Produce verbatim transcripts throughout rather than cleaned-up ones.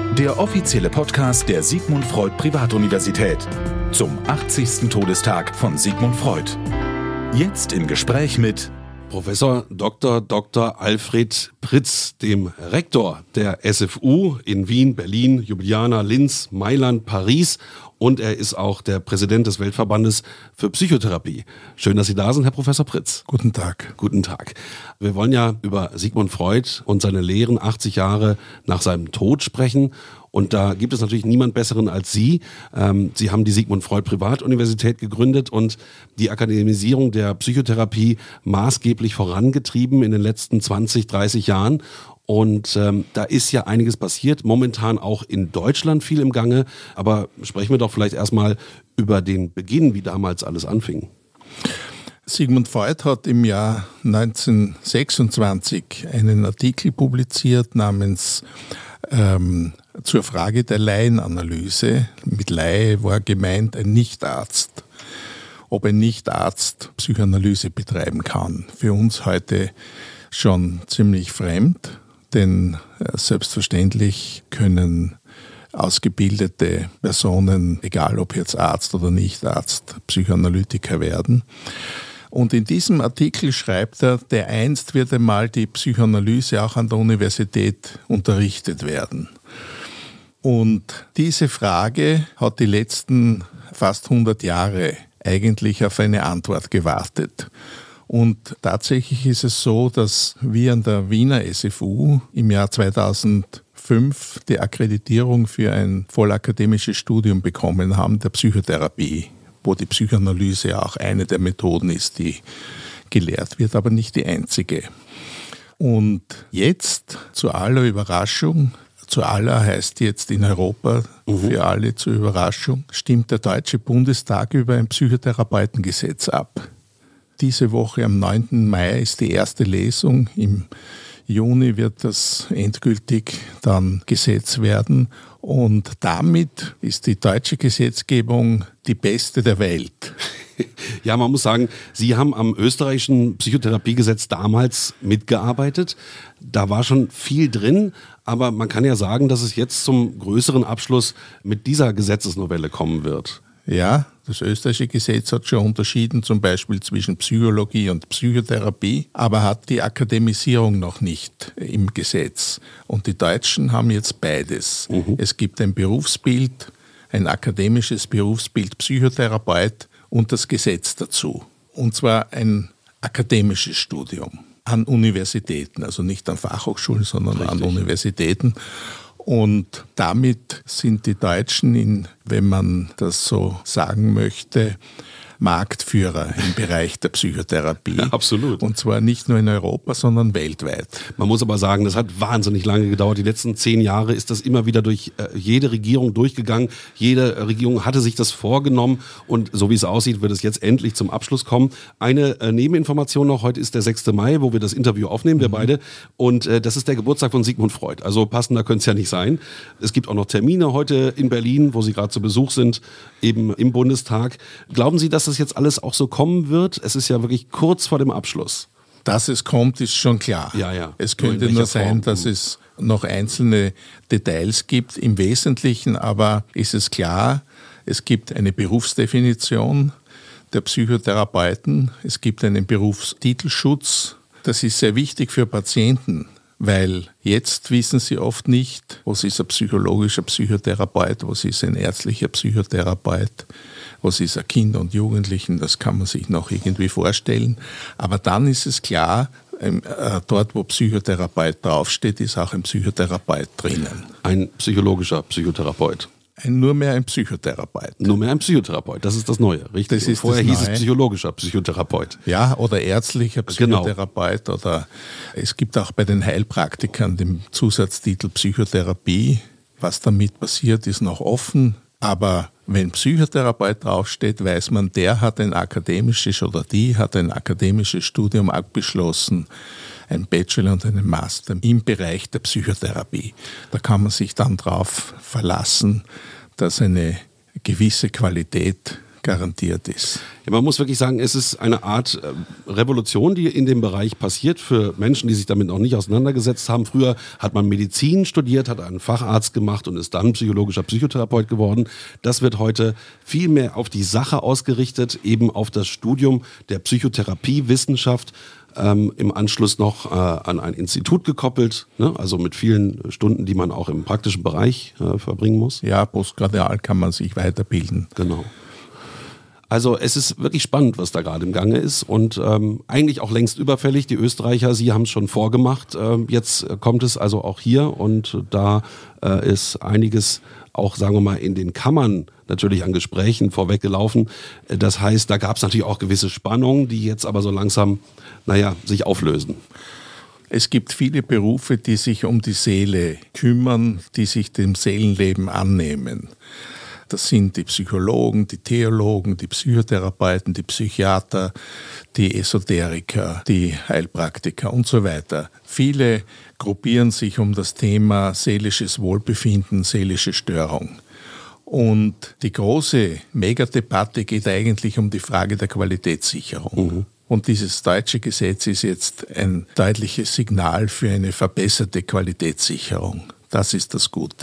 der offizielle Podcast der Sigmund Freud Privatuniversität zum achtzigsten Todestag von Sigmund Freud. Jetzt im Gespräch mit Professor Doktor Doktor Alfred Pritz, dem Rektor der S F U in Wien, Berlin, Ljubljana, Linz, Mailand, Paris, und er ist auch der Präsident des Weltverbandes für Psychotherapie. Schön, dass Sie da sind, Herr Professor Pritz. Guten Tag. Guten Tag. Wir wollen ja über Sigmund Freud und seine Lehren achtzig Jahre nach seinem Tod sprechen. Und da gibt es natürlich niemand Besseren als Sie. Ähm, Sie haben die Sigmund Freud Privatuniversität gegründet und die Akademisierung der Psychotherapie maßgeblich vorangetrieben in den letzten zwanzig, dreißig Jahren. Und ähm, da ist ja einiges passiert, momentan auch in Deutschland viel im Gange. Aber sprechen wir doch vielleicht erstmal über den Beginn, wie damals alles anfing. Sigmund Freud hat im Jahr neunzehnhundertsechsundzwanzig einen Artikel publiziert namens ähm, zur Frage der Laienanalyse. Mit Laie war gemeint ein Nichtarzt. Ob ein Nichtarzt Psychoanalyse betreiben kann. Für uns heute schon ziemlich fremd, denn äh, selbstverständlich können ausgebildete Personen, egal ob jetzt Arzt oder Nichtarzt, Psychoanalytiker werden. Und in diesem Artikel schreibt er, dereinst wird einmal die Psychoanalyse auch an der Universität unterrichtet werden. Und diese Frage hat die letzten fast hundert Jahre eigentlich auf eine Antwort gewartet. Und tatsächlich ist es so, dass wir an der Wiener S F U im Jahr zweitausendfünf die Akkreditierung für ein vollakademisches Studium bekommen haben, der Psychotherapie, wo die Psychoanalyse auch eine der Methoden ist, die gelehrt wird, aber nicht die einzige. Und jetzt, zu aller Überraschung, zu aller heißt jetzt in Europa, für alle zur Überraschung, stimmt der Deutsche Bundestag über ein Psychotherapeutengesetz ab. Diese Woche am neunten Mai ist die erste Lesung. Im Juni wird das endgültig dann Gesetz werden. Und damit ist die deutsche Gesetzgebung die beste der Welt. Ja, man muss sagen, Sie haben am österreichischen Psychotherapiegesetz damals mitgearbeitet. Da war schon viel drin, aber man kann ja sagen, dass es jetzt zum größeren Abschluss mit dieser Gesetzesnovelle kommen wird. Ja, das österreichische Gesetz hat schon unterschieden, zum Beispiel zwischen Psychologie und Psychotherapie, aber hat die Akademisierung noch nicht im Gesetz. Und die Deutschen haben jetzt beides. Mhm. Es gibt ein Berufsbild, ein akademisches Berufsbild Psychotherapeut und das Gesetz dazu. Und zwar ein akademisches Studium an Universitäten, also nicht an Fachhochschulen, sondern Richtig. An Universitäten. Und damit sind die Deutschen, in, wenn man das so sagen möchte, Marktführer im Bereich der Psychotherapie. Ja, absolut. Und zwar nicht nur in Europa, sondern weltweit. Man muss aber sagen, das hat wahnsinnig lange gedauert. Die letzten zehn Jahre ist das immer wieder durch äh, jede Regierung durchgegangen. Jede Regierung hatte sich das vorgenommen und so wie es aussieht, wird es jetzt endlich zum Abschluss kommen. Eine äh, Nebeninformation noch, heute ist der sechste Mai, wo wir das Interview aufnehmen, wir mhm. beide. Und äh, das ist der Geburtstag von Sigmund Freud. Also passender könnte es ja nicht sein. Es gibt auch noch Termine heute in Berlin, wo Sie gerade zu Besuch sind, eben im Bundestag. Glauben Sie, dass das jetzt alles auch so kommen wird? Es ist ja wirklich kurz vor dem Abschluss. Dass es kommt, ist schon klar. Ja, ja. Es könnte nur, nur sein, Form? dass es noch einzelne Details gibt. Im Wesentlichen aber ist es klar, es gibt eine Berufsdefinition der Psychotherapeuten. Es gibt einen Berufstitelschutz. Das ist sehr wichtig für Patienten, weil jetzt wissen sie oft nicht, was ist ein psychologischer Psychotherapeut, was ist ein ärztlicher Psychotherapeut, was ist ein Kind und Jugendlichen, das kann man sich noch irgendwie vorstellen. Aber dann ist es klar, dort wo Psychotherapeut draufsteht, ist auch ein Psychotherapeut drinnen. Ein psychologischer Psychotherapeut. Ein, nur mehr ein Psychotherapeut. Nur mehr ein Psychotherapeut, das ist das Neue, richtig? Das ist Vorher das hieß Neue. es psychologischer Psychotherapeut. Ja, oder ärztlicher Psychotherapeut. Genau. Oder es gibt auch bei den Heilpraktikern den Zusatztitel Psychotherapie. Was damit passiert, ist noch offen. Aber wenn Psychotherapeut draufsteht, weiß man, der hat ein akademisches oder die hat ein akademisches Studium abgeschlossen, ein Bachelor und einen Master im Bereich der Psychotherapie. Da kann man sich dann drauf verlassen, dass eine gewisse Qualität garantiert ist. Ja, man muss wirklich sagen, es ist eine Art äh, Revolution, die in dem Bereich passiert für Menschen, die sich damit noch nicht auseinandergesetzt haben. Früher hat man Medizin studiert, hat einen Facharzt gemacht und ist dann psychologischer Psychotherapeut geworden. Das wird heute viel mehr auf die Sache ausgerichtet, eben auf das Studium der Psychotherapiewissenschaft. Ähm, im Anschluss noch äh, an ein Institut gekoppelt, ne? Also mit vielen Stunden, die man auch im praktischen Bereich äh, verbringen muss. Ja, postgradual kann man sich weiterbilden. Genau. Also es ist wirklich spannend, was da gerade im Gange ist und ähm, eigentlich auch längst überfällig. Die Österreicher, sie haben es schon vorgemacht. Ähm, jetzt kommt es also auch hier und da äh, ist einiges auch, sagen wir mal, in den Kammern natürlich an Gesprächen vorweggelaufen. Das heißt, da gab es natürlich auch gewisse Spannungen, die jetzt aber so langsam, naja, sich auflösen. Es gibt viele Berufe, die sich um die Seele kümmern, die sich dem Seelenleben annehmen. Das sind die Psychologen, die Theologen, die Psychotherapeuten, die Psychiater, die Esoteriker, die Heilpraktiker und so weiter. Viele gruppieren sich um das Thema seelisches Wohlbefinden, seelische Störung. Und die große Megadebatte geht eigentlich um die Frage der Qualitätssicherung. Mhm. Und dieses deutsche Gesetz ist jetzt ein deutliches Signal für eine verbesserte Qualitätssicherung. Das ist das Gute.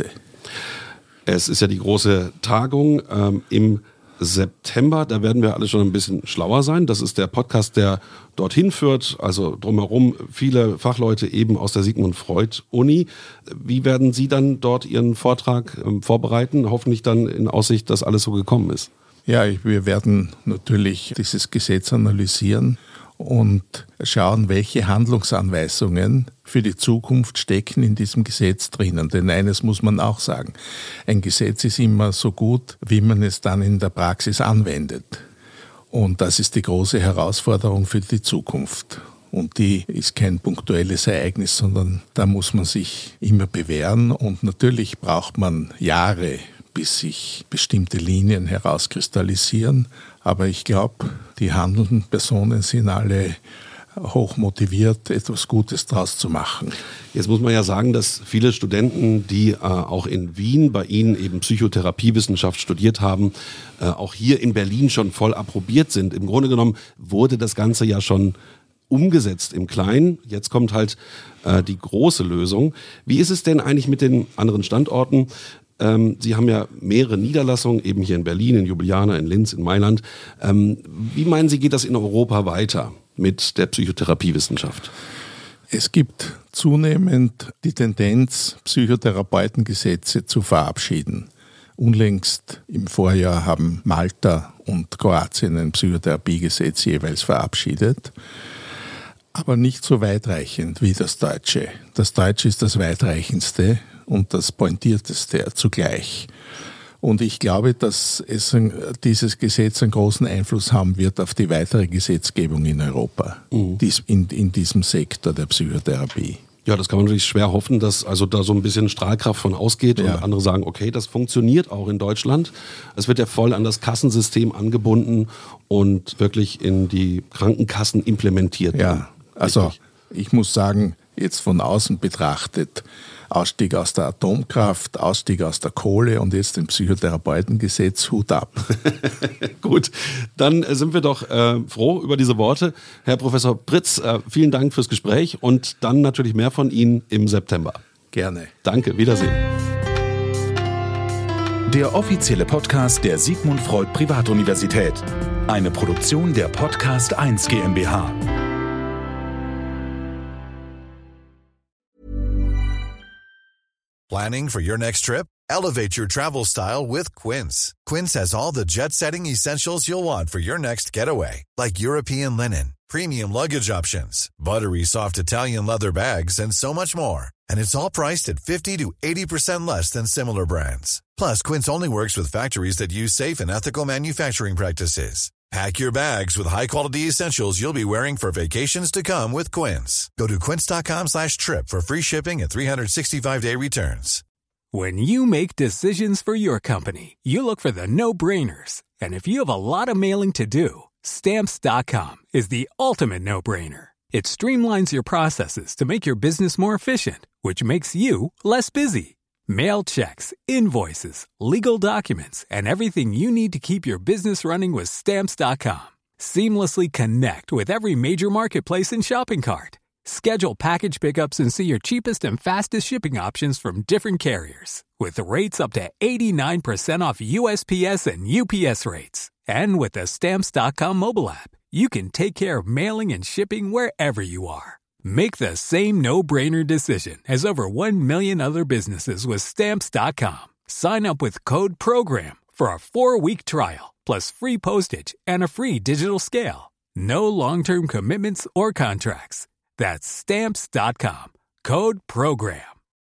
Es ist ja die große Tagung ähm, im September. Da werden wir alle schon ein bisschen schlauer sein. Das ist der Podcast, der dorthin führt. Also drumherum viele Fachleute eben aus der Sigmund Freud Uni. Wie werden Sie dann dort Ihren Vortrag ähm, vorbereiten? Hoffentlich dann in Aussicht, dass alles so gekommen ist. Ja, wir werden natürlich dieses Gesetz analysieren und schauen, welche Handlungsanweisungen für die Zukunft stecken in diesem Gesetz drinnen. Denn eines muss man auch sagen, ein Gesetz ist immer so gut, wie man es dann in der Praxis anwendet. Und das ist die große Herausforderung für die Zukunft. Und die ist kein punktuelles Ereignis, sondern da muss man sich immer bewähren. Und natürlich braucht man Jahre, bis sich bestimmte Linien herauskristallisieren. Aber ich glaube, die handelnden Personen sind alle hoch motiviert, etwas Gutes draus zu machen. Jetzt muss man ja sagen, dass viele Studenten, die äh, auch in Wien bei Ihnen eben Psychotherapiewissenschaft studiert haben, äh, auch hier in Berlin schon voll approbiert sind. Im Grunde genommen wurde das Ganze ja schon umgesetzt im Kleinen. Jetzt kommt halt äh, die große Lösung. Wie ist es denn eigentlich mit den anderen Standorten? Ähm, Sie haben ja mehrere Niederlassungen, eben hier in Berlin, in Ljubljana, in Linz, in Mailand. Ähm, wie meinen Sie, geht das in Europa weiter mit der Psychotherapiewissenschaft? Es gibt zunehmend die Tendenz, Psychotherapeutengesetze zu verabschieden. Unlängst im Vorjahr haben Malta und Kroatien ein Psychotherapiegesetz jeweils verabschiedet, aber nicht so weitreichend wie das deutsche. Das deutsche ist das weitreichendste und das pointierteste zugleich. Und ich glaube, dass es dieses Gesetz einen großen Einfluss haben wird auf die weitere Gesetzgebung in Europa, mhm. dies, in, in diesem Sektor der Psychotherapie. Ja, das kann man natürlich schwer hoffen, dass also da so ein bisschen Strahlkraft von ausgeht ja. und andere sagen, okay, das funktioniert auch in Deutschland. Es wird ja voll an das Kassensystem angebunden und wirklich in die Krankenkassen implementiert. Ja, also ich muss sagen, jetzt von außen betrachtet, Ausstieg aus der Atomkraft, Ausstieg aus der Kohle und jetzt im Psychotherapeutengesetz, Hut ab. Gut, dann sind wir doch äh, froh über diese Worte. Herr Professor Pritz, äh, vielen Dank fürs Gespräch und dann natürlich mehr von Ihnen im September. Gerne. Danke, Wiedersehen. Der offizielle Podcast der Sigmund Freud Privatuniversität. Eine Produktion der Podcast eins GmbH. Planning for your next trip? Elevate your travel style with Quince. Quince has all the jet-setting essentials you'll want for your next getaway, like European linen, premium luggage options, buttery soft Italian leather bags, and so much more. And it's all priced at fifty to eighty percent less than similar brands. Plus, Quince only works with factories that use safe and ethical manufacturing practices. Pack your bags with high-quality essentials you'll be wearing for vacations to come with Quince. Go to quince.com slash trip for free shipping and three sixty-five day returns. When you make decisions for your company, you look for the no-brainers. And if you have a lot of mailing to do, Stamps dot com is the ultimate no-brainer. It streamlines your processes to make your business more efficient, which makes you less busy. Mail checks, invoices, legal documents, and everything you need to keep your business running with Stamps dot com. Seamlessly connect with every major marketplace and shopping cart. Schedule package pickups and see your cheapest and fastest shipping options from different carriers, with rates up to eighty-nine percent off U S P S and U P S rates. And with the Stamps dot com mobile app, you can take care of mailing and shipping wherever you are. Make the same no-brainer decision as over one million other businesses with Stamps dot com. Sign up with code PROGRAM for a four-week trial, plus free postage and a free digital scale. No long-term commitments or contracts. That's Stamps dot com. Code PROGRAM.